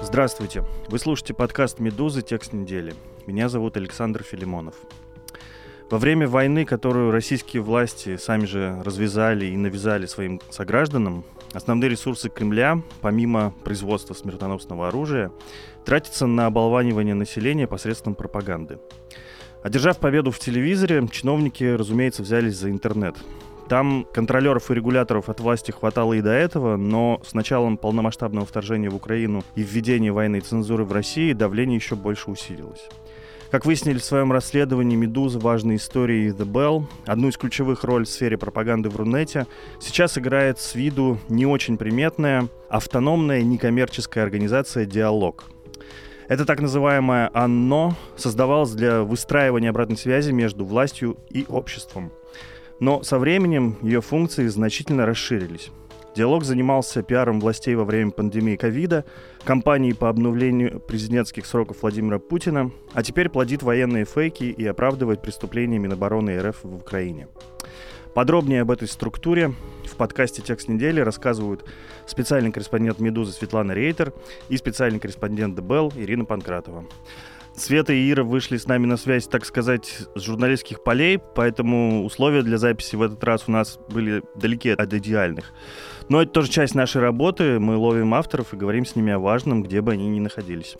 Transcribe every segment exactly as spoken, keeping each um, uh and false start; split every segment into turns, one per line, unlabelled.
Здравствуйте. Вы слушаете подкаст «Медузы. Текст недели». Меня зовут Александр Филимонов. Во время войны, которую российские власти сами же развязали и навязали своим согражданам, основные ресурсы Кремля, помимо производства смертоносного оружия, тратятся на оболванивание населения посредством пропаганды. Одержав победу в телевизоре, чиновники, разумеется, взялись за интернет. Там контролеров и регуляторов от власти хватало и до этого, но с началом полномасштабного вторжения в Украину и введения военной цензуры в России давление еще больше усилилось. Как выяснили в своем расследовании «Медуза. Важные истории» The Bell, одну из ключевых ролей в сфере пропаганды в Рунете сейчас играет с виду не очень приметная автономная некоммерческая организация «Диалог». Это так называемое ОНО создавалось для выстраивания обратной связи между властью и обществом. Но со временем ее функции значительно расширились. Диалог занимался пиаром властей во время пандемии ковида, кампанией по обновлению президентских сроков Владимира Путина, а теперь плодит военные фейки и оправдывает преступления Минобороны РФ в Украине. Подробнее об этой структуре в подкасте «Текст недели» рассказывают специальный корреспондент «Медузы» Светлана Рейтер и специальный корреспондент «The Bell» Ирина Панкратова. Света и Ира вышли с нами на связь, так сказать, с журналистских полей, поэтому условия для записи в этот раз у нас были далеки от идеальных. Но это тоже часть нашей работы, мы ловим авторов и говорим с ними о важном, где бы они ни находились.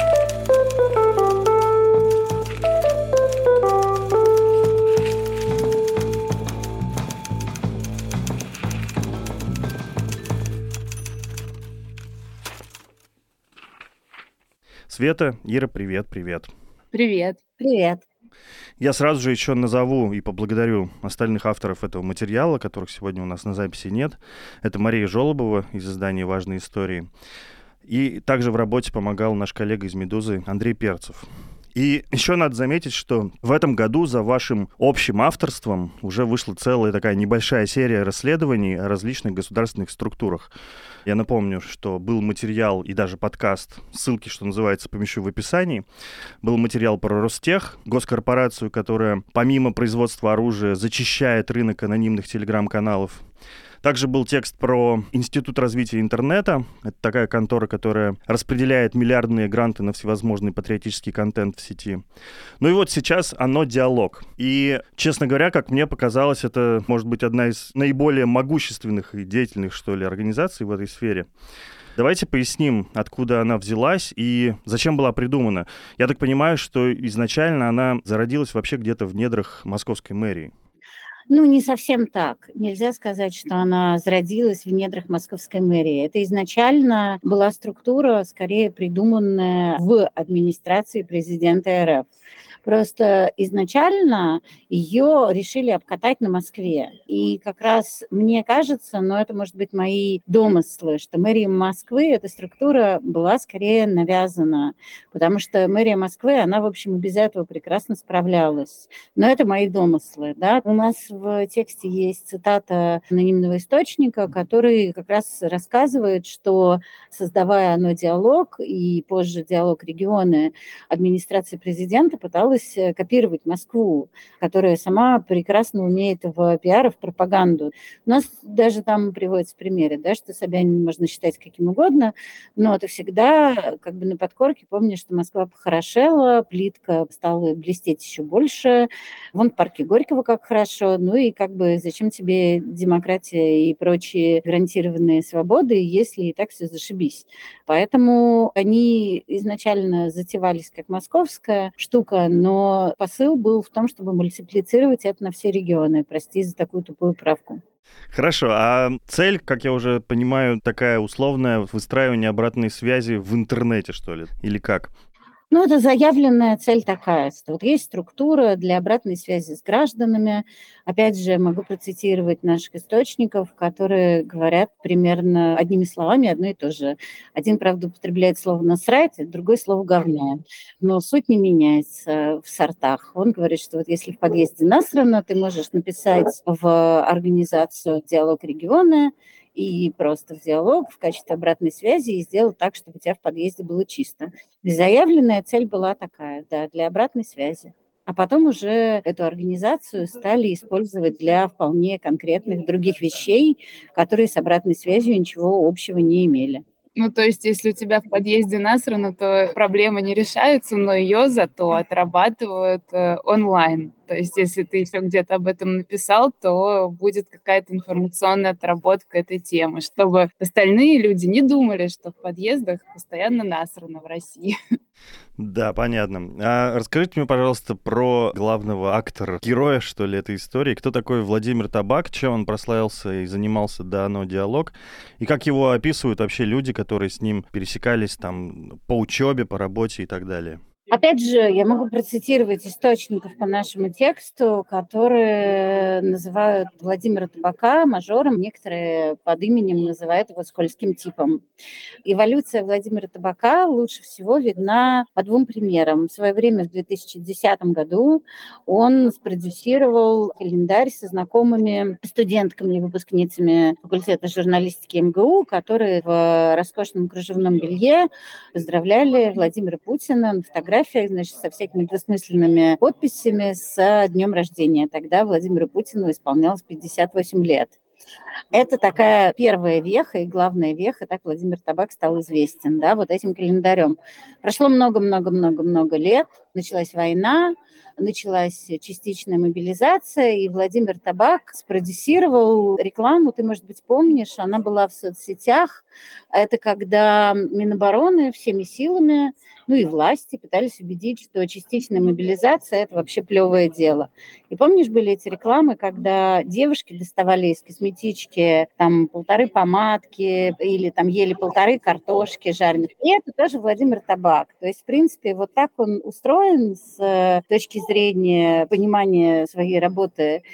Света, Ира, привет, привет.
Привет. Привет.
Я сразу же еще назову и поблагодарю остальных авторов этого материала, которых сегодня у нас на записи нет. Это Мария Жолобова из издания «Важные истории». И также в работе помогал наш коллега из «Медузы» Андрей Перцев. И еще надо заметить, что в этом году за вашим общим авторством уже вышла целая такая небольшая серия расследований о различных государственных структурах. Я напомню, что был материал и даже подкаст, ссылки, что называется, помещу в описании. Был материал про Ростех, госкорпорацию, которая помимо производства оружия зачищает рынок анонимных телеграм-каналов. Также был текст про Институт развития интернета. Это такая контора, которая распределяет миллиардные гранты на всевозможный патриотический контент в сети. Ну и вот сейчас оно «Диалог». И, честно говоря, как мне показалось, это может быть одна из наиболее могущественных и деятельных, что ли, организаций в этой сфере. Давайте поясним, откуда она взялась и зачем была придумана. Я так понимаю, что изначально она зародилась вообще где-то в недрах московской мэрии.
Ну, не совсем так. Нельзя сказать, что она зародилась в недрах московской мэрии. Это изначально была структура, скорее придуманная в администрации президента РФ. Просто изначально ее решили обкатать на Москве. И как раз мне кажется, но это может быть мои домыслы, что мэрия Москвы, эта структура была скорее навязана, потому что мэрия Москвы, она, в общем, без этого прекрасно справлялась. Но это мои домыслы. Да? У нас в тексте есть цитата анонимного источника, который как раз рассказывает, что, создавая оно «Диалог» и позже «Диалог регионы», администрация президента пыталась копировать Москву, которая сама прекрасно умеет в пиар и в пропаганду. У нас даже там приводятся примеры, да, что Собянина можно считать каким угодно, но ты всегда как бы на подкорке помнишь, что Москва похорошела, плитка стала блестеть еще больше, вон в парке Горького как хорошо, ну и как бы зачем тебе демократия и прочие гарантированные свободы, если и так все зашибись. Поэтому они изначально затевались как московская штука, но посыл был в том, чтобы мультиплицировать это на все регионы. Прости за такую тупую правку.
Хорошо, а цель, как я уже понимаю, такая условная, выстраивание обратной связи в интернете, что ли, или как?
Ну, это заявленная цель такая, что вот есть структура для обратной связи с гражданами. Опять же, могу процитировать наших источников, которые говорят примерно одними словами одно и то же. Один, правда, употребляет слово «насрать», другой слово «говно». Но суть не меняется в сортах. Он говорит, что вот если в подъезде насрано, ты можешь написать в организацию «Диалог региона», и просто в диалог в качестве обратной связи и сделать так, чтобы у тебя в подъезде было чисто. Заявленная цель была такая, да, для обратной связи. А потом уже эту организацию стали использовать для вполне конкретных других вещей, которые с обратной связью ничего общего не имели.
Ну, то есть, если у тебя в подъезде насрано, то проблема не решается, но ее зато отрабатывают э, онлайн. То есть, если ты еще где-то об этом написал, то будет какая-то информационная отработка этой темы, чтобы остальные люди не думали, что в подъездах постоянно насрано в России.
Да, понятно. А расскажите мне, пожалуйста, про главного актора, героя, что ли, этой истории. Кто такой Владимир Табак, чем он прославился и занимался до «Оно диалог, и как его описывают вообще люди, которые с ним пересекались там по учебе, по работе и так далее?
Опять же, я могу процитировать источников по нашему тексту, которые называют Владимира Табака мажором, некоторые под именем называют его скользким типом. Эволюция Владимира Табака лучше всего видна по двум примерам. В свое время, в две тысячи десятом году, он спродюсировал календарь со знакомыми студентками и выпускницами факультета журналистики эм гэ у, которые в роскошном кружевном белье поздравляли Владимира Путина на фотографии, значит, со всякими двусмысленными подписями с днем рождения. Тогда Владимиру Путину исполнялось пятьдесят восемь лет. Это такая первая веха и главная веха, так Владимир Табак стал известен, да, вот этим календарем. Прошло много-много-много-много лет, началась война, началась частичная мобилизация, и Владимир Табак спродюсировал рекламу, ты, может быть, помнишь, она была в соцсетях. Это когда Минобороны всеми силами, ну и власти пытались убедить, что частичная мобилизация – это вообще плевое дело. И помнишь, были эти рекламы, когда девушки доставали из косметички там полторы помадки или там ели полторы картошки жареных. И это тоже Владимир Табак. То есть, в принципе, вот так он устроен с точки зрения понимания своей работы,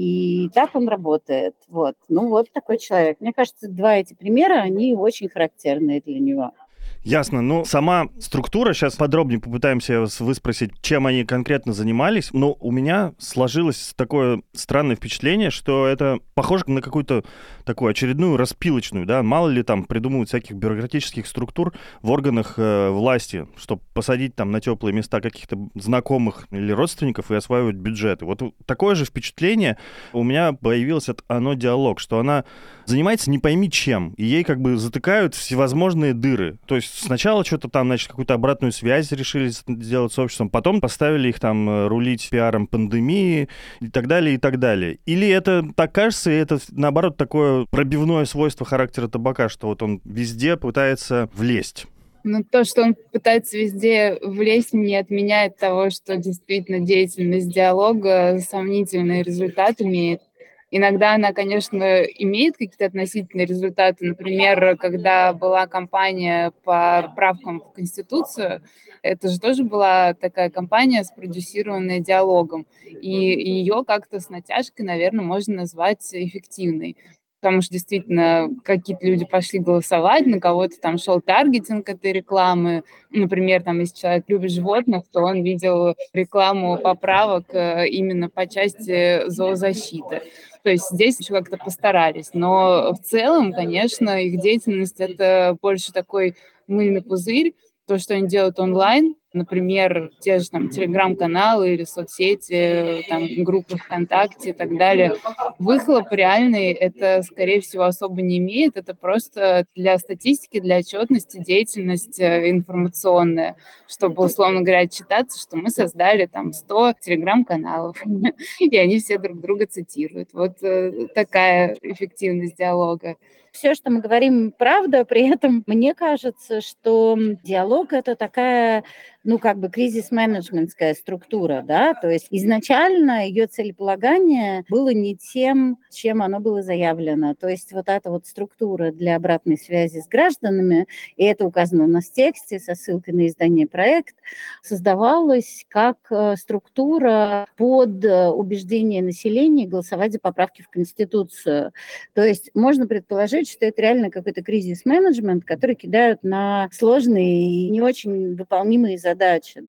и так он работает. Вот. Ну вот такой человек. Мне кажется, два эти примера, они очень характерные для него.
Ясно. Ну, сама структура, сейчас подробнее попытаемся вас выспросить, чем они конкретно занимались, но у меня сложилось такое странное впечатление, что это похоже на какую-то такую очередную распилочную, да, мало ли там придумывают всяких бюрократических структур в органах э, власти, чтобы посадить там на теплые места каких-то знакомых или родственников и осваивать бюджеты. Вот такое же впечатление у меня появилось от «Оно диалог», что она занимается не пойми чем, и ей как бы затыкают всевозможные дыры. То есть сначала что-то там, значит, какую-то обратную связь решили сделать с обществом, потом поставили их там рулить пиаром пандемии и так далее, и так далее. Или это так кажется, и это, наоборот, такое пробивное свойство характера Табака, что вот он везде пытается влезть?
Ну, то, что он пытается везде влезть, не отменяет того, что действительно деятельность диалога сомнительный результат имеет. Иногда она, конечно, имеет какие-то относительные результаты. Например, когда была кампания по правкам в Конституцию, это же тоже была такая кампания, спродюсированная диалогом. И ее как-то с натяжкой, наверное, можно назвать эффективной. Потому что действительно какие-то люди пошли голосовать, на кого-то там шел таргетинг этой рекламы. Например, там, если человек любит животных, то он видел рекламу поправок именно по части зоозащиты. То есть здесь еще как-то постарались. Но в целом, конечно, их деятельность – это больше такой мыльный пузырь. То, что они делают онлайн, например, те же там телеграм-каналы или соцсети, там, группы ВКонтакте и так далее, выхлоп реальный это, скорее всего, особо не имеет. Это просто для статистики, для отчетности деятельность информационная, чтобы, условно говоря, отчитаться, что мы создали там сто телеграм-каналов, и они все друг друга цитируют. Вот такая эффективность диалога.
Все, что мы говорим, правда, при этом мне кажется, что диалог – это такая, ну, как бы кризис-менеджментская структура, да, то есть изначально ее целеполагание было не тем, чем оно было заявлено, то есть вот эта вот структура для обратной связи с гражданами, и это указано у нас в тексте со ссылкой на издание «Проект», создавалась как структура под убеждение населения голосовать за поправки в Конституцию. То есть можно предположить, что это реально какой-то кризис-менеджмент, который кидают на сложные и не очень выполнимые задачи.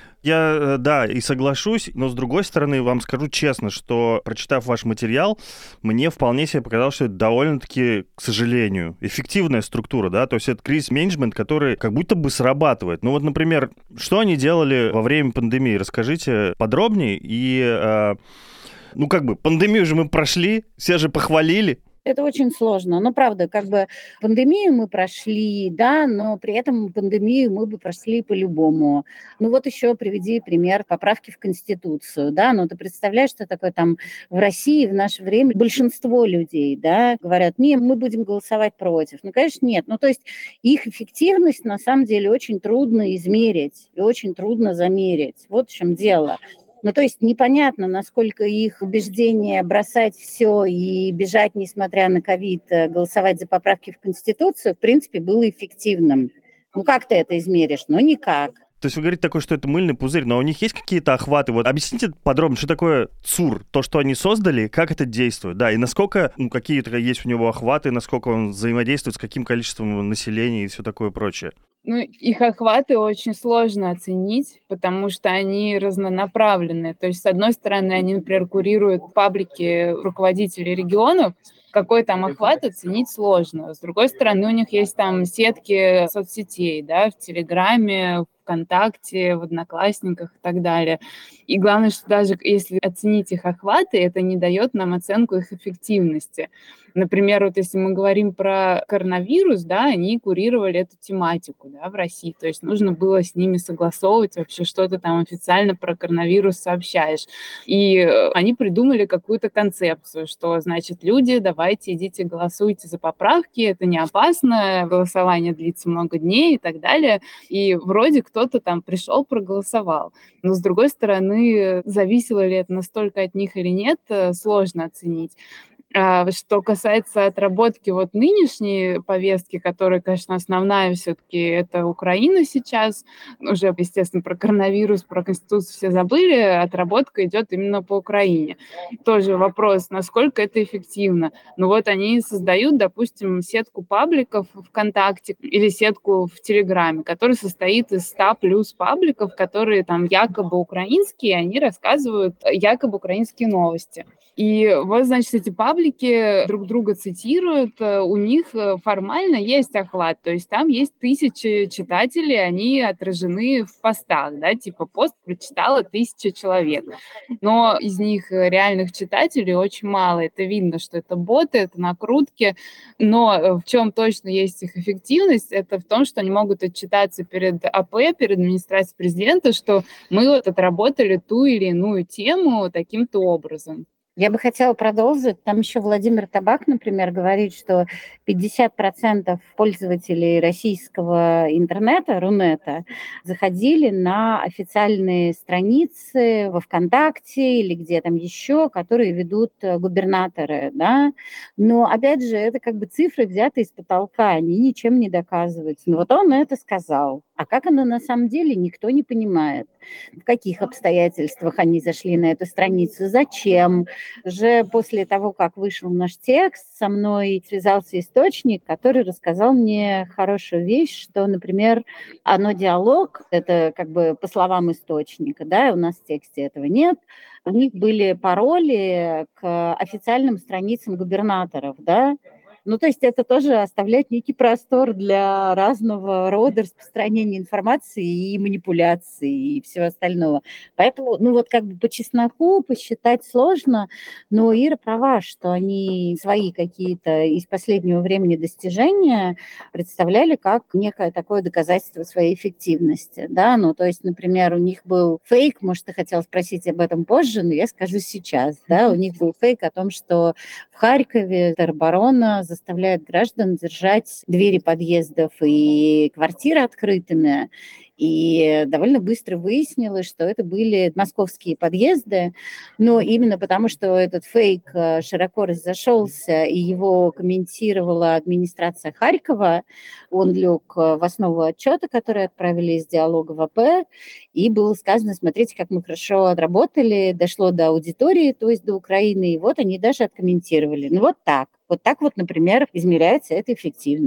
Я, да, и соглашусь, но с другой стороны, вам скажу честно, что, прочитав ваш материал, мне вполне себе показалось, что это довольно-таки, к сожалению, эффективная структура, да, то есть это кризис-менеджмент, который как будто бы срабатывает. Ну вот, например, что они делали во время пандемии? Расскажите подробнее. И, э, ну как бы, пандемию же мы прошли, все же похвалили,
Это очень сложно. Но правда, как бы пандемию мы прошли, да, но при этом пандемию мы бы прошли по-любому. Ну вот еще приведи пример поправки в Конституцию, да, ну ты представляешь, что такое там в России в наше время большинство людей, да, говорят, не, мы будем голосовать против. Ну, конечно, нет. Ну, то есть их эффективность на самом деле очень трудно измерить и очень трудно замерить. Вот в чем дело. Ну, то есть непонятно, насколько их убеждение бросать все и бежать, несмотря на ковид, э, голосовать за поправки в Конституцию, в принципе, было эффективным. Ну, как ты это измеришь? Ну, никак.
То есть вы говорите такое, что это мыльный пузырь, но у них есть какие-то охваты? Вот объясните подробно, что такое ЦУР, то, что они создали, как это действует, да, и насколько, ну, какие-то есть у него охваты, насколько он взаимодействует с каким количеством населения и все такое прочее.
Ну, их охваты очень сложно оценить, потому что они разнонаправленные. То есть, с одной стороны, они, например, курируют паблики руководителей регионов, какой там охват оценить сложно. С другой стороны, у них есть там сетки соцсетей, да, в Телеграме, ВКонтакте, в Одноклассниках и так далее. И главное, что даже если оценить их охваты, это не дает нам оценку их эффективности. Например, вот если мы говорим про коронавирус, да, они курировали эту тематику, да, в России, то есть нужно было с ними согласовывать вообще, что ты там официально про коронавирус сообщаешь. И э, они придумали какую-то концепцию, что, значит, люди, давайте идите голосуйте за поправки, это не опасно, голосование длится много дней и так далее. И вроде кто-то там пришел, проголосовал. Но, с другой стороны, зависело ли это настолько от них или нет, э, сложно оценить. А, что касается отработки вот нынешней повестки, которая, конечно, основная все-таки это Украина сейчас, уже, естественно, про коронавирус, про Конституцию все забыли, отработка идет именно по Украине. Тоже вопрос, насколько это эффективно. Ну вот они создают, допустим, сетку пабликов ВКонтакте или сетку в Телеграме, которая состоит из ста плюс пабликов, которые там якобы украинские, они рассказывают якобы украинские новости. И вот, значит, эти паблики друг друга цитируют, э, у них э, формально есть охват, то есть там есть тысячи читателей, они отражены в постах, да, типа пост прочитало тысяча человек, но из них э, реальных читателей очень мало, это видно, что это боты, это накрутки, но э, в чем точно есть их эффективность, это в том, что они могут отчитаться перед АП, перед администрацией президента, что мы вот отработали ту или иную тему таким-то образом.
Я бы хотела продолжить. Там еще Владимир Табак, например, говорит, что пятьдесят процентов пользователей российского интернета, Рунета, заходили на официальные страницы во ВКонтакте или где там еще, которые ведут губернаторы, да. Но, опять же, это как бы цифры, взятые из потолка, они ничем не доказываются. Но вот он это сказал. А как оно на самом деле, никто не понимает. В каких обстоятельствах они зашли на эту страницу, зачем. Уже после того, как вышел наш текст, со мной связался источник, который рассказал мне хорошую вещь, что, например, «Оно диалог», это как бы по словам источника, да, у нас в тексте этого нет, у них были пароли к официальным страницам губернаторов, да. Ну, то есть это тоже оставляет некий простор для разного рода распространения информации и манипуляций и всего остального. Поэтому, ну вот как бы по чесноку посчитать сложно, но Ира права, что они свои какие-то из последнего времени достижения представляли как некое такое доказательство своей эффективности, да, ну, то есть, например, у них был фейк, может, ты хотела спросить об этом позже, но я скажу сейчас, да, у них был фейк о том, что в Харькове тероборона заставляет граждан держать двери подъездов и квартиры открытыми. И довольно быстро выяснилось, что это были московские подъезды, но именно потому, что этот фейк широко разошелся, и его комментировала администрация Харькова, он лег в основу отчета, который отправили из диалога в АП, и было сказано, смотрите, как мы хорошо отработали, дошло до аудитории, то есть до Украины, и вот они даже откомментировали. Ну вот так. Вот так вот, например, измеряется эта эффективность.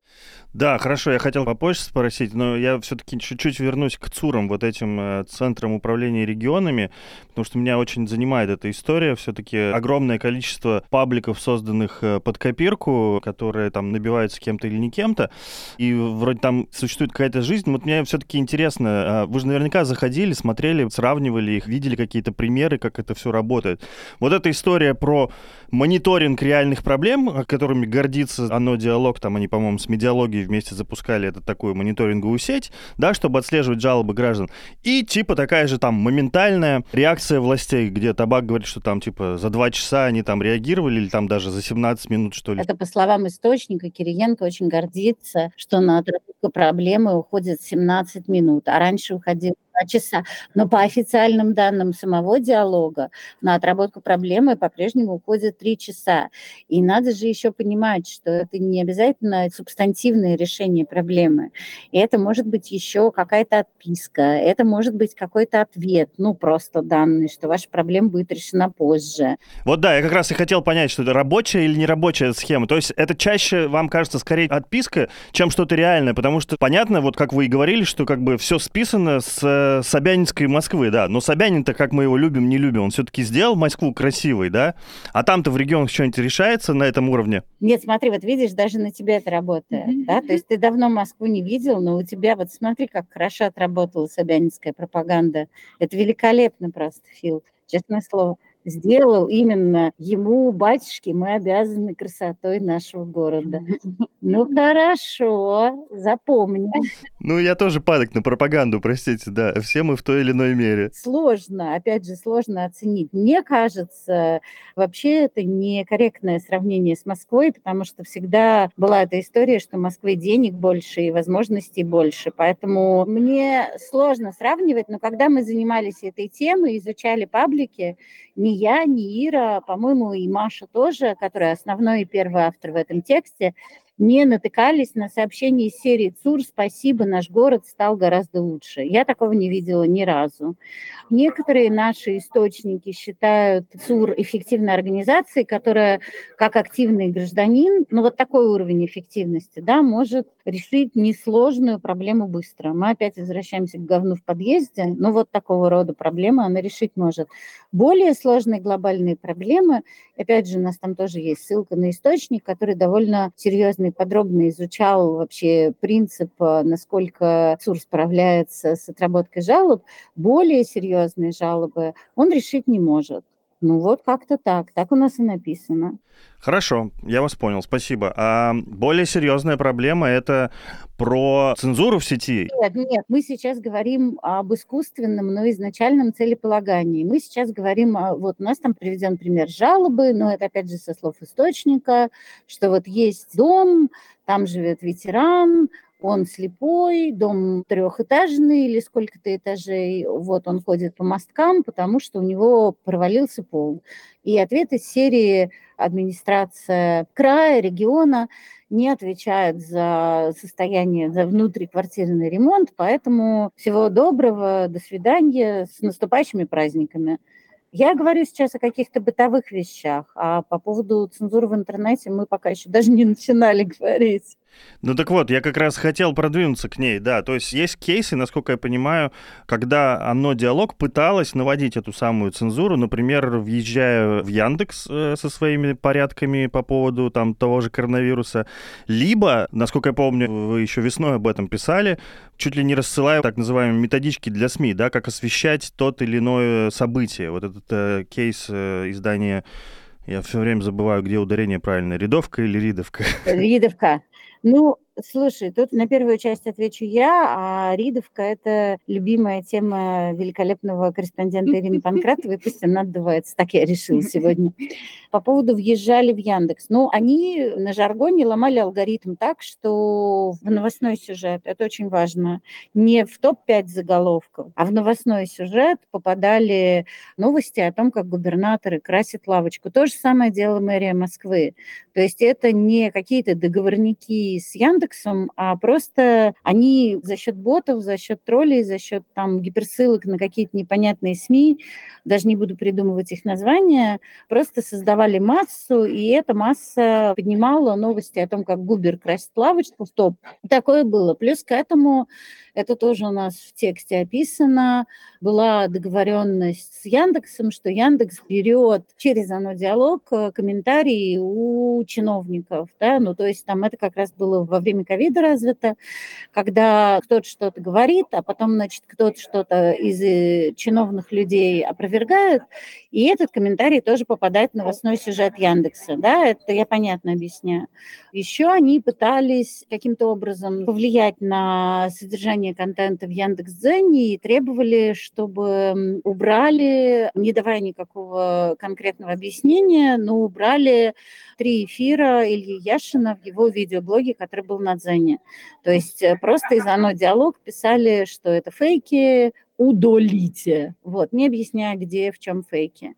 Да, хорошо, я хотел попозже спросить, но я все-таки чуть-чуть вернусь к ЦУРам, вот этим э, центрам управления регионами, потому что меня очень занимает эта история. Все-таки огромное количество пабликов, созданных э, под копирку, которые там набиваются кем-то или не кем-то, и вроде там существует какая-то жизнь. Вот мне все-таки интересно, э, вы же наверняка заходили, смотрели, сравнивали их, видели какие-то примеры, как это все работает. Вот эта история про мониторинг реальных проблем, которыми гордится ОНО «Диалог», там они, по-моему, с медиалогией вместе запускали эту такую мониторинговую сеть, да, чтобы отслеживать жалобы граждан. И типа такая же там моментальная реакция властей, где Табак говорит, что там типа за два часа они там реагировали, или там даже за семнадцать минут, что ли.
Это по словам источника, Кириенко очень гордится, что на отработку проблемы уходит семнадцать минут, а раньше уходило два часа. Но по официальным данным самого «Диалога» на отработку проблемы по-прежнему уходит три часа. И надо же еще понимать, что это не обязательно субстантивное решение проблемы. И это может быть еще какая-то отписка, это может быть какой-то ответ, ну просто данный, что ваша проблема будет решена позже.
Вот да, я как раз и хотел понять, что это рабочая или нерабочая схема. То есть это чаще, вам кажется, скорее отписка, чем что-то реальное, потому что понятно, вот как вы и говорили, что как бы все списано с Собянинской Москвы, да, но Собянин-то, как мы его любим, не любим, он все-таки сделал Москву красивой, да, а там-то в регионах что-нибудь решается на этом уровне?
Нет, смотри, вот видишь, даже на тебя это работает, mm-hmm. да, то есть ты давно Москву не видел, но у тебя, вот смотри, как хорошо отработала собянинская пропаганда, это великолепно просто, Фил, честное слово. Сделал именно ему, батюшке, мы обязаны красотой нашего города. Ну, хорошо, запомни.
Ну, я тоже падок на пропаганду, простите, да, все мы в той или иной мере.
Сложно, опять же, сложно оценить. Мне кажется, вообще это некорректное сравнение с Москвой, потому что всегда была эта история, что в Москве денег больше и возможностей больше. Поэтому мне сложно сравнивать, но когда мы занимались этой темой, изучали паблики, ни я, ни Ира, по-моему, и Маша тоже, которая основной и первый автор в этом тексте, не натыкались на сообщения из серии «ЦУР, спасибо, наш город стал гораздо лучше». Я такого не видела ни разу. Некоторые наши источники считают ЦУР эффективной организацией, которая, как активный гражданин, ну вот такой уровень эффективности, да, может решить несложную проблему быстро. Мы опять возвращаемся к говну в подъезде, но вот такого рода проблемы она решить может. Более сложные глобальные проблемы, опять же, у нас там тоже есть ссылка на источник, который довольно серьезно и подробно изучал вообще принцип, насколько ЦУР справляется с отработкой жалоб. Более серьезные жалобы он решить не может. Ну вот как-то так. Так у нас и написано.
Хорошо, я вас понял, спасибо. А более серьезная проблема — это про цензуру в сети?
Нет, нет, мы сейчас говорим об искусственном, но изначальном целеполагании. Мы сейчас говорим, вот у нас там приведен пример жалобы, но это опять же со слов источника, что вот есть дом, там живет ветеран, он слепой, дом трехэтажный или сколько-то этажей, вот он ходит по мосткам, потому что у него провалился пол. И ответ из серии администрация края, региона не отвечает за состояние, за внутриквартирный ремонт, поэтому всего доброго, до свидания, с наступающими праздниками. Я говорю сейчас о каких-то бытовых вещах, а по поводу цензуры в интернете мы пока еще даже не начинали говорить.
Ну так вот, я как раз хотел продвинуться к ней, да, то есть есть кейсы, насколько я понимаю, когда ОНО «Диалог» пыталось наводить эту самую цензуру, например, въезжая в Яндекс э, со своими порядками по поводу там того же коронавируса, либо, насколько я помню, вы еще весной об этом писали, чуть ли не рассылая так называемые методички для СМИ, да, как освещать тот или иное событие. Вот этот э, кейс э, издания, я все время забываю, где ударение правильно, Рядовка или Ридовка?
Ридовка. Ну, слушай, тут на первую часть отвечу я, а Ридовка – это любимая тема великолепного корреспондента Ирины Панкратовой, пусть она отдувается, так я решила сегодня. По поводу въезжали в Яндекс. Ну, они на жаргоне ломали алгоритм так, что в новостной сюжет, это очень важно, не в топ пять заголовков, а в новостной сюжет попадали новости о том, как губернаторы красят лавочку. То же самое делала мэрия Москвы. То есть это не какие-то договорники с Яндексом, Яндексом, а просто они за счет ботов, за счет троллей, за счет там гиперссылок на какие-то непонятные СМИ, даже не буду придумывать их названия, просто создавали массу, и эта масса поднимала новости о том, как Губер красит лавочку в топ. Такое было. Плюс к этому, это тоже у нас в тексте описано, была договоренность с Яндексом, что Яндекс берет через оно диалог комментарии у чиновников, да, ну то есть там это как раз было во время ковида развито, когда кто-то что-то говорит, а потом, значит, кто-то что-то из чиновных людей опровергает, и этот комментарий тоже попадает в новостной сюжет Яндекса, да, это я понятно объясняю. Еще они пытались каким-то образом повлиять на содержание контента в Яндекс.Дзене и требовали, чтобы убрали, не давая никакого конкретного объяснения, но убрали три эфира Ильи Яшина в его видеоблоге, который был на Дзене. То есть просто из «Оно диалог» писали, что это фейки, удалите. Вот, не объясняя, где, в чем фейки.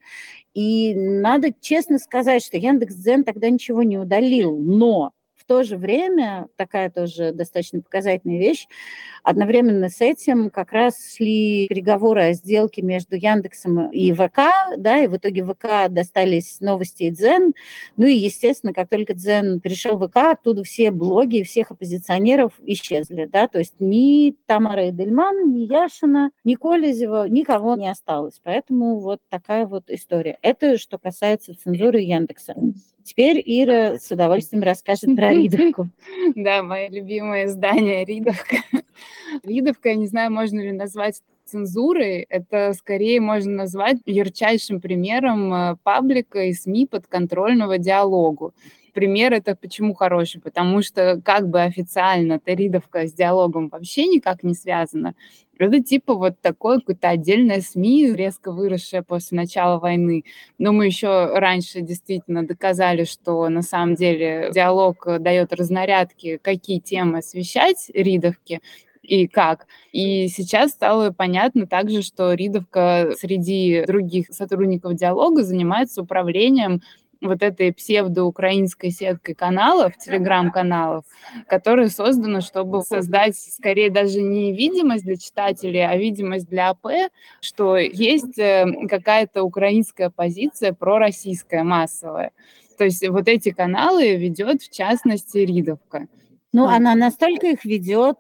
И надо честно сказать, что Яндекс.Дзен тогда ничего не удалил, но в то же время, такая тоже достаточно показательная вещь, одновременно с этим как раз шли переговоры о сделке между Яндексом и ВК, да, и в итоге ВК достались новости и Дзен. Ну и, естественно, как только Дзен перешел в ВК, оттуда все блоги всех оппозиционеров исчезли, да, то есть ни Тамары Эдельман, ни Яшина, ни Колезева, никого не осталось. Поэтому вот такая вот история. Это что касается цензуры Яндекса. Теперь Ира с удовольствием расскажет про Ридовку.
Да, мое любимое издание «Ридовка». «Ридовка», я не знаю, можно ли назвать цензурой, это скорее можно назвать ярчайшим примером паблика и СМИ подконтрольного диалогу. Пример это почему хороший? Потому что как бы официально Ридовка с диалогом вообще никак не связана. Это типа вот такое какое-то отдельное СМИ, резко выросшее после начала войны. Но мы еще раньше действительно доказали, что на самом деле диалог дает разнарядки, какие темы освещать Ридовки и как. И сейчас стало понятно также, что Ридовка среди других сотрудников диалога занимается управлением вот этой псевдоукраинской сеткой каналов, телеграм-каналов, которые созданы, чтобы создать скорее даже не видимость для читателей, а видимость для АП, что есть какая-то украинская позиция пророссийская, массовая. То есть вот эти каналы ведет, в частности, Ридовка.
Ну, она настолько их ведет,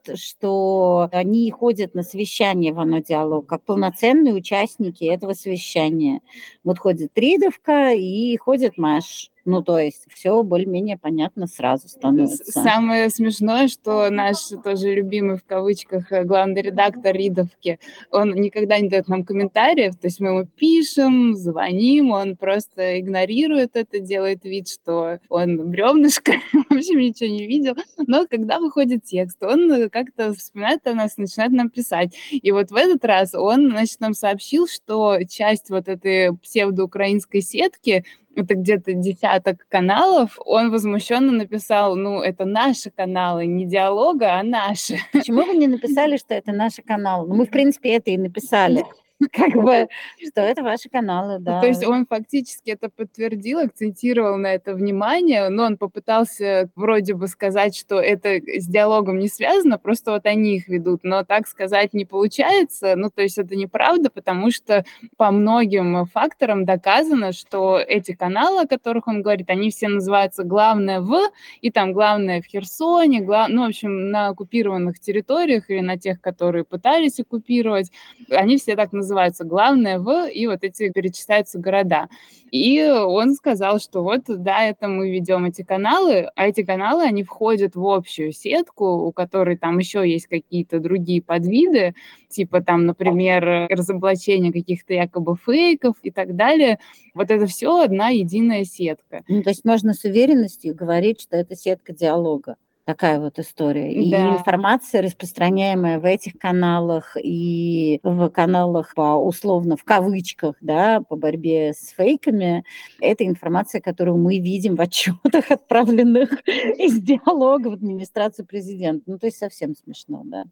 что они ходят на совещание в «Оно диалог», как полноценные участники этого совещания. Вот ходит Ридовка и ходит Маш. Ну, то есть все более-менее понятно сразу становится.
Самое смешное, что наш тоже любимый в кавычках главный редактор Ридовки, он никогда не дает нам комментариев, то есть мы ему пишем, звоним, он просто игнорирует это, делает вид, что он бревнышко, в общем, ничего не видел. Но когда выходит текст, он как-то вспоминает о нас, начинает нам писать. И вот в этот раз он, значит, нам сообщил, что часть вот этой псевдоукраинской сетки, это где-то десяток каналов, он возмущенно написал, ну, это наши каналы, не диалога, а наши.
Почему вы не написали, что это наши каналы? Ну, мы, в принципе, это и написали. Как бы, что это ваши каналы, да.
То есть он фактически это подтвердил, акцентировал на это внимание, но он попытался вроде бы сказать, что это с диалогом не связано, просто вот они их ведут, но так сказать не получается, ну, то есть это неправда, потому что по многим факторам доказано, что эти каналы, о которых он говорит, они все называются «Главное в», и там «Главное в Херсоне», гла... ну, в общем, на оккупированных территориях или на тех, которые пытались оккупировать, они все так называются. называется «Главное в», и вот эти перечисляются города. И он сказал, что вот, да, это мы ведем эти каналы, а эти каналы, они входят в общую сетку, у которой там еще есть какие-то другие подвиды, типа там, например, разоблачение каких-то якобы фейков и так далее. Вот это все одна единая сетка.
Ну, то есть можно с уверенностью говорить, что это сетка диалога. Такая вот история. И
Да.
информация, распространяемая в этих каналах и в каналах по условно в кавычках, да, по борьбе с фейками, это информация, которую мы видим в отчетах, отправленных из диалога в администрацию президента. Ну, то есть совсем смешно, да.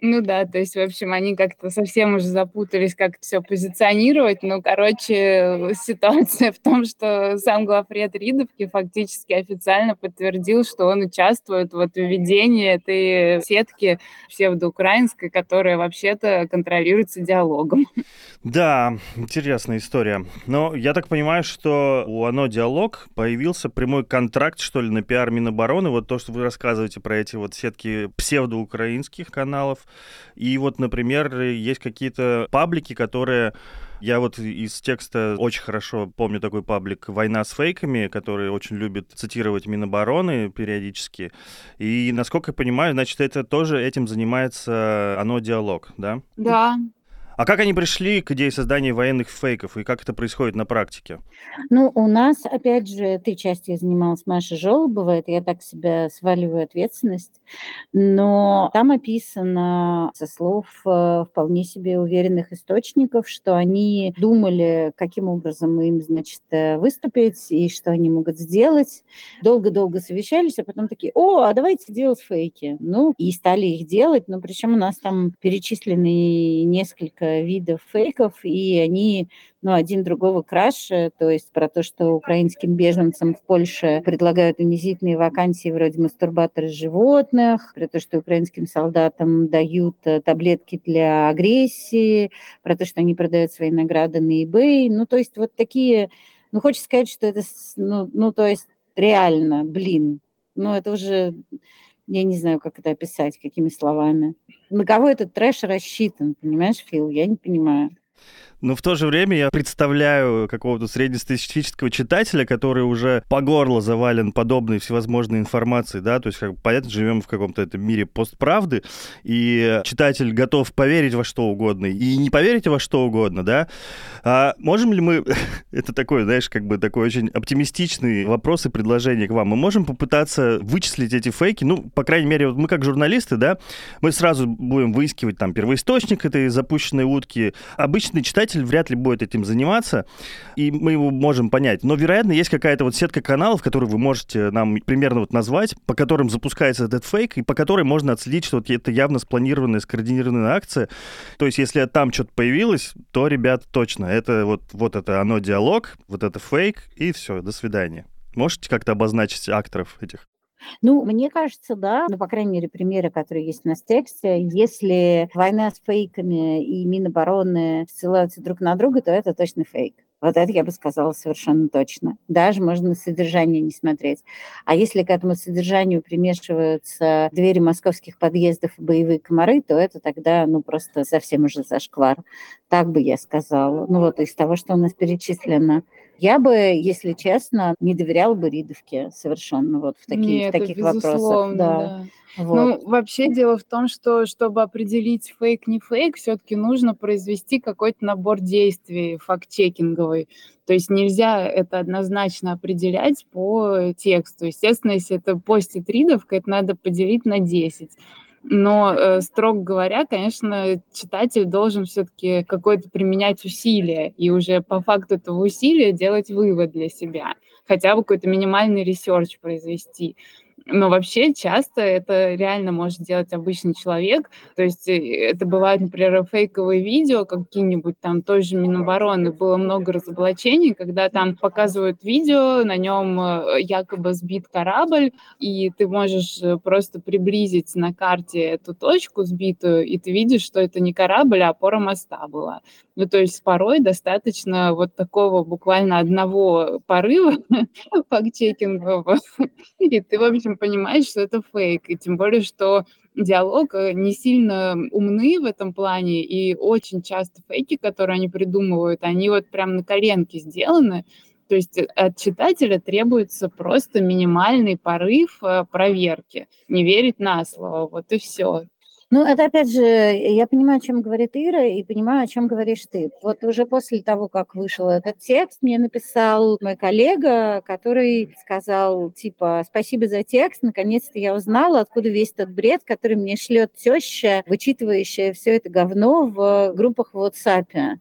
Ну да, то есть, в общем, они как-то совсем уже запутались, как это всё позиционировать. Ну, короче, ситуация в том, что сам главред Ридовки фактически официально подтвердил, что он участвует вот в ведении этой сетки псевдоукраинской, которая вообще-то контролируется диалогом.
Да, интересная история. Но я так понимаю, что у «Оно Диалог» появился прямой контракт, что ли, на пиар Минобороны. Вот то, что вы рассказываете про эти вот сетки псевдоукраинских каналов. И вот, например, есть какие-то паблики, которые... Я вот из текста очень хорошо помню такой паблик «Война с фейками», который очень любит цитировать Минобороны периодически. И, насколько я понимаю, значит, это тоже этим занимается «Оно Диалог», да?
Да.
А как они пришли к идее создания военных фейков, и как это происходит на практике?
Ну, у нас, опять же, этой частью занималась Маша Жолобова, это я так себя сваливаю ответственность, но там описано со слов э, вполне себе уверенных источников, что они думали, каким образом им, значит, э, выступить и что они могут сделать. Долго-долго совещались, а потом такие: о, а давайте делать фейки. Ну, и стали их делать, но причем у нас там перечислены несколько видов фейков, и они, ну, один другого краше, то есть про то, что украинским беженцам в Польше предлагают унизительные вакансии вроде мастурбаторы животных, про то, что украинским солдатам дают э, таблетки для агрессии, про то, что они продают свои награды на eBay. Ну, то есть вот такие, ну, хочется сказать, что это, с- ну, ну то есть реально, блин, ну, это уже, я не знаю, как это описать, какими словами. На кого этот трэш рассчитан, понимаешь, Фил? Я не понимаю.
Но в то же время я представляю какого-то среднестатистического читателя, который уже по горло завален подобной всевозможной информацией, да, то есть, как понятно, живем в каком-то этом мире постправды, и читатель готов поверить во что угодно, и не поверить во что угодно, да. А можем ли мы, это такой, знаешь, как бы такой очень оптимистичный вопрос и предложение к вам, мы можем попытаться вычислить эти фейки, ну, по крайней мере, вот мы как журналисты, да, мы сразу будем выискивать там первоисточник этой запущенной утки, обычный читатель вряд ли будет этим заниматься, и мы его можем понять. Но, вероятно, есть какая-то вот сетка каналов, которую вы можете нам примерно вот назвать, по которым запускается этот фейк, и по которой можно отследить, что вот это явно спланированная, скоординированная акция. То есть, если там что-то появилось, то, ребят, точно, это вот, вот это «Оно Диалог», вот это фейк, и все, до свидания. Можете как-то обозначить акторов этих?
Ну, мне кажется, да, ну, по крайней мере, примеры, которые есть у нас в тексте, если война с фейками и Минобороны ссылаются друг на друга, то это точно фейк. Вот это я бы сказала совершенно точно. Даже можно на содержание не смотреть. А если к этому содержанию примешиваются двери московских подъездов и боевые комары, то это тогда, ну, просто совсем уже зашквар. Так бы я сказала. Ну, вот из того, что у нас перечислено. Я бы, если честно, не доверяла бы Ридовке совершенно вот в, такие, в
Нет, это
таких вопросах.
безусловно,
Да,
да.
вот.
Ну, вообще дело в том, что чтобы определить фейк не фейк, все-таки нужно произвести какой-то набор действий факт-чекинговый. То есть нельзя это однозначно определять по тексту. Естественно, если это постит Ридовка, это надо поделить на десять. Но, э, строго говоря, конечно, читатель должен все-таки какое-то применять усилие и уже по факту этого усилия делать вывод для себя, хотя бы какой-то минимальный ресерч произвести. Но вообще часто это реально может делать обычный человек. То есть э, это бывает, например, фейковые видео какие-нибудь, там той же Минобороны было много разоблачений, когда там показывают видео, на нем э, якобы сбит корабль, и ты можешь э, просто приблизить на карте эту точку сбитую, и ты видишь, что это не корабль, а опора моста была. Ну, то есть порой достаточно вот такого буквально одного порыва факт-чекингового, и ты, в общем, понимаешь, что это фейк. И тем более, что диалог э, не сильно умны в этом плане, и очень часто фейки, которые они придумывают, они вот прям на коленке сделаны. То есть э, от читателя требуется просто минимальный порыв э, проверки, не верить на слово, вот и все.
Ну, это опять же, я понимаю, о чем говорит Ира, и понимаю, о чем говоришь ты. Вот уже после того, как вышел этот текст, мне написал мой коллега, который сказал, типа, спасибо за текст, наконец-то я узнала, откуда весь тот бред, который мне шлет теща, вычитывающая все это говно в группах в WhatsApp.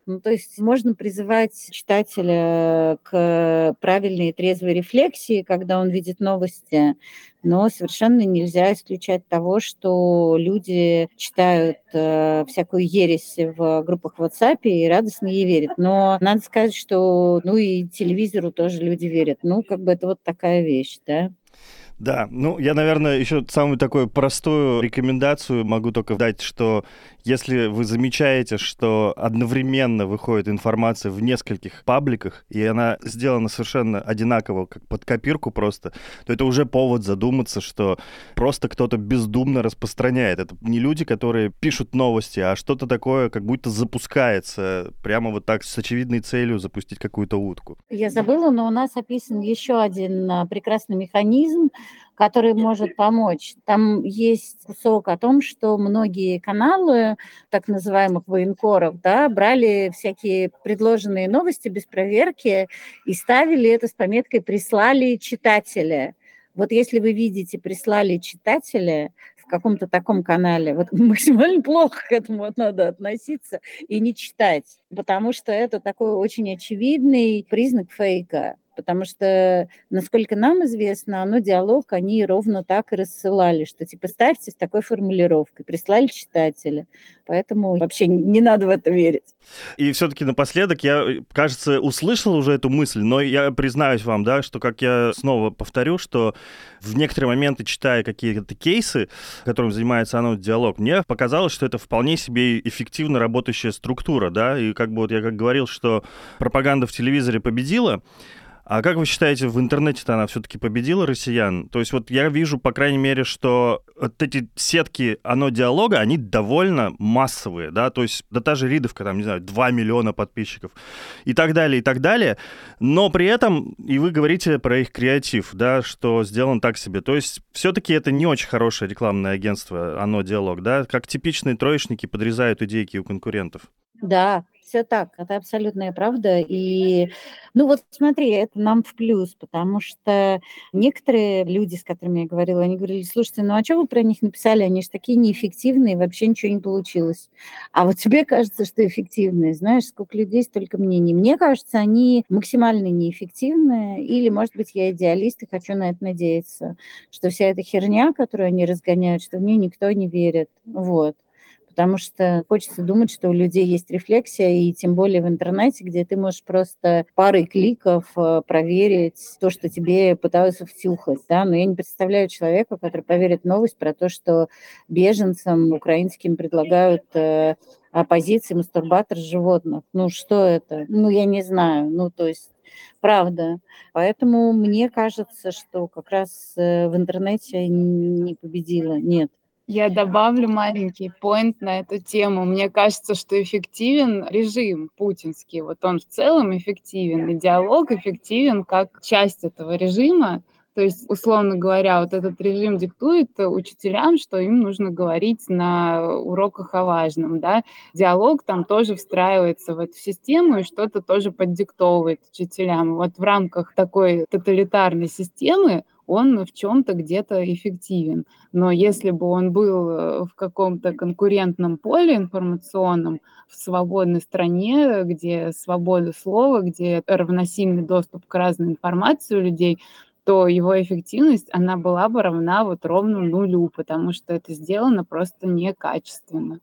Ну, то есть можно призывать читателя к правильной и трезвой рефлексии, когда он видит новости, но совершенно нельзя исключать того, что люди читают э, всякую ересь в группах в WhatsApp и радостно ей верят. Но надо сказать, что ну и телевизору тоже люди верят. Ну, как бы это вот такая вещь, да.
Да, ну, я, наверное, еще самую такую простую рекомендацию могу только дать, что если вы замечаете, что одновременно выходит информация в нескольких пабликах, и она сделана совершенно одинаково, как под копирку просто, то это уже повод задуматься, что просто кто-то бездумно распространяет. Это не люди, которые пишут новости, а что-то такое, как будто запускается прямо вот так с очевидной целью запустить какую-то утку.
Я забыла, но у нас описан еще один а, прекрасный механизм, который может помочь. Там есть кусок о том, что многие каналы так называемых военкоров, да, брали всякие предложенные новости без проверки и ставили это с пометкой «прислали читателя». Вот если вы видите «прислали читателя» в каком-то таком канале, вот максимально плохо к этому вот надо относиться и не читать, потому что это такой очень очевидный признак фейка. Потому что, насколько нам известно, оно диалог, они ровно так и рассылали, что типа ставьте с такой формулировкой, прислали читателя. Поэтому вообще не надо в это верить.
И все-таки напоследок я, кажется, услышал уже эту мысль, но я признаюсь вам, да, что, как я снова повторю, что в некоторые моменты, читая какие-то кейсы, которым занимается оно диалог, мне показалось, что это вполне себе эффективно работающая структура, да, и как бы вот я как говорил, что пропаганда в телевизоре победила. А как вы считаете, в интернете-то она все-таки победила россиян? То есть вот я вижу, по крайней мере, что вот эти сетки «Оно диалога», они довольно массовые, да, то есть да та же Ридовка, там, не знаю, два миллиона подписчиков и так далее, и так далее, но при этом, и вы говорите про их креатив, да, что сделан так себе, то есть все-таки это не очень хорошее рекламное агентство «Оно диалог», да, как типичные троечники подрезают идейки у конкурентов.
Да, все так, это абсолютная правда. И, ну вот смотри, это нам в плюс, потому что некоторые люди, с которыми я говорила, они говорили, слушайте, ну а что вы про них написали? Они же такие неэффективные, вообще ничего не получилось. А вот тебе кажется, что эффективные. Знаешь, сколько людей, столько мнений. Мне кажется, они максимально неэффективные. Или, может быть, я идеалист и хочу на это надеяться, что вся эта херня, которую они разгоняют, что в нее никто не верит. Вот. Потому что хочется думать, что у людей есть рефлексия, и тем более в интернете, где ты можешь просто парой кликов проверить то, что тебе пытаются втюхать. Да? Но я не представляю человека, который поверит в новость про то, что беженцам украинским предлагают э, оппозиции мастурбатор животных. Ну что это? Ну я не знаю. Ну то есть... Правда. Поэтому мне кажется, что как раз в интернете не победила. Нет.
Я добавлю маленький поинт на эту тему. Мне кажется, что эффективен режим путинский. Вот он в целом эффективен, и диалог эффективен как часть этого режима. То есть, условно говоря, вот этот режим диктует учителям, что им нужно говорить на уроках о важном, да. Диалог там тоже встраивается в эту систему и что-то тоже поддиктовывает учителям. Вот в рамках такой тоталитарной системы он в чем-то где-то эффективен. Но если бы он был в каком-то конкурентном поле информационном, в свободной стране, где свобода слова, где равносильный доступ к разной информации у людей, то его эффективность, она была бы равна вот ровно нулю, потому что это сделано просто некачественно.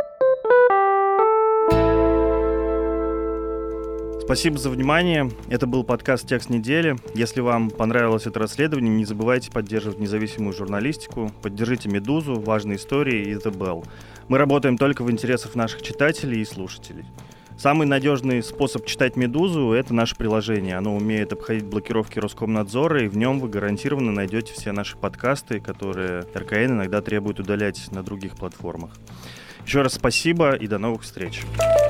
Спасибо за внимание. Это был подкаст «Текст недели». Если вам понравилось это расследование, не забывайте поддерживать независимую журналистику. Поддержите «Медузу», «Важные истории» и «The Bell». Мы работаем только в интересах наших читателей и слушателей. Самый надежный способ читать «Медузу» — это наше приложение. Оно умеет обходить блокировки Роскомнадзора, и в нем вы гарантированно найдете все наши подкасты, которые эр ка эн иногда требует удалять на других платформах. Еще раз спасибо и до новых встреч.